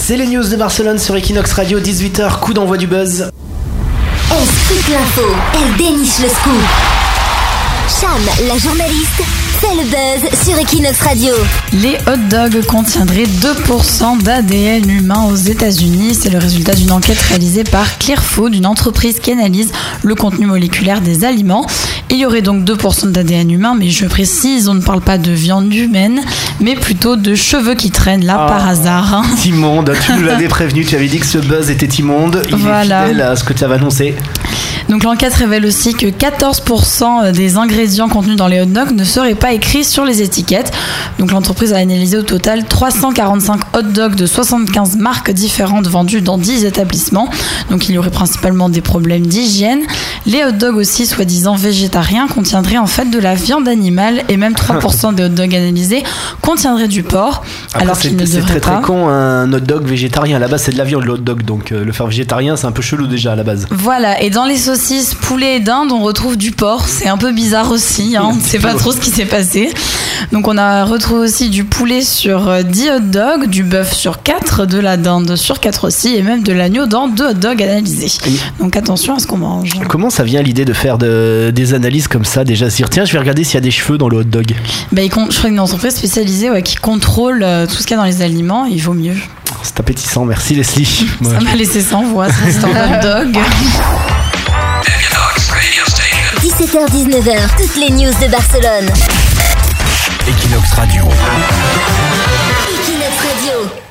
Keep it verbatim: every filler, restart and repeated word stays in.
C'est les news de Barcelone sur Equinox Radio, dix-huit heures, coup d'envoi du buzz. Elle pique l'info, elle déniche le scoop. Cham, la journaliste, fait le buzz sur Equinox Radio. Les hot dogs contiendraient deux pour cent d'A D N humain aux États-Unis. C'est le résultat d'une enquête réalisée par Clearfood, une entreprise qui analyse le contenu moléculaire des aliments. Il y aurait donc deux pour cent d'A D N humain, mais je précise, on ne parle pas de viande humaine, mais plutôt de cheveux qui traînent là ah, par hasard. Immonde, tu nous l'avais prévenu, tu avais dit que ce buzz était immonde. Il voilà. est fidèle à ce que tu avais annoncé. Donc l'enquête révèle aussi que quatorze pour cent des ingrédients contenus dans les hot dogs ne seraient pas écrits sur les étiquettes. Donc l'entreprise a analysé au total trois cent quarante-cinq hot dogs de soixante-quinze marques différentes vendus dans dix établissements. Donc il y aurait principalement des problèmes d'hygiène. Les hot dogs aussi, soi-disant végétariens, contiendraient en fait de la viande animale et même trois pour cent des hot dogs analysés contiendraient du porc. Après, alors qu'ils ne devraient pas. C'est très très con, un hot dog végétarien. À la base, c'est de la viande le hot dog, donc euh, le faire végétarien, c'est un peu chelou déjà à la base. Voilà, et dans les saucisses, poulet et dinde, on retrouve du porc. C'est un peu bizarre aussi, hein. On ne sait pas trop ce qui s'est passé. Donc on a retrouvé aussi du poulet sur dix hot dogs, du bœuf sur quatre, de la dinde sur quatre aussi, et même de l'agneau dans deux hot dogs analysés. Et donc attention à ce qu'on mange. Comment ça vient l'idée de faire de, des analyses comme ça déjà? Se dire tiens, je vais regarder s'il y a des cheveux dans le hot dog. Bah, je crois qu'il y a une entreprise spécialisée ouais, qui contrôle euh, tout ce qu'il y a dans les aliments. Il vaut mieux. C'est appétissant, merci Leslie. Ça ouais. m'a laissé sans voix, c'est un hot dog. dix-sept heures dix-neuf heures, toutes les news de Barcelone. Equinox Radio. Equinox Radio.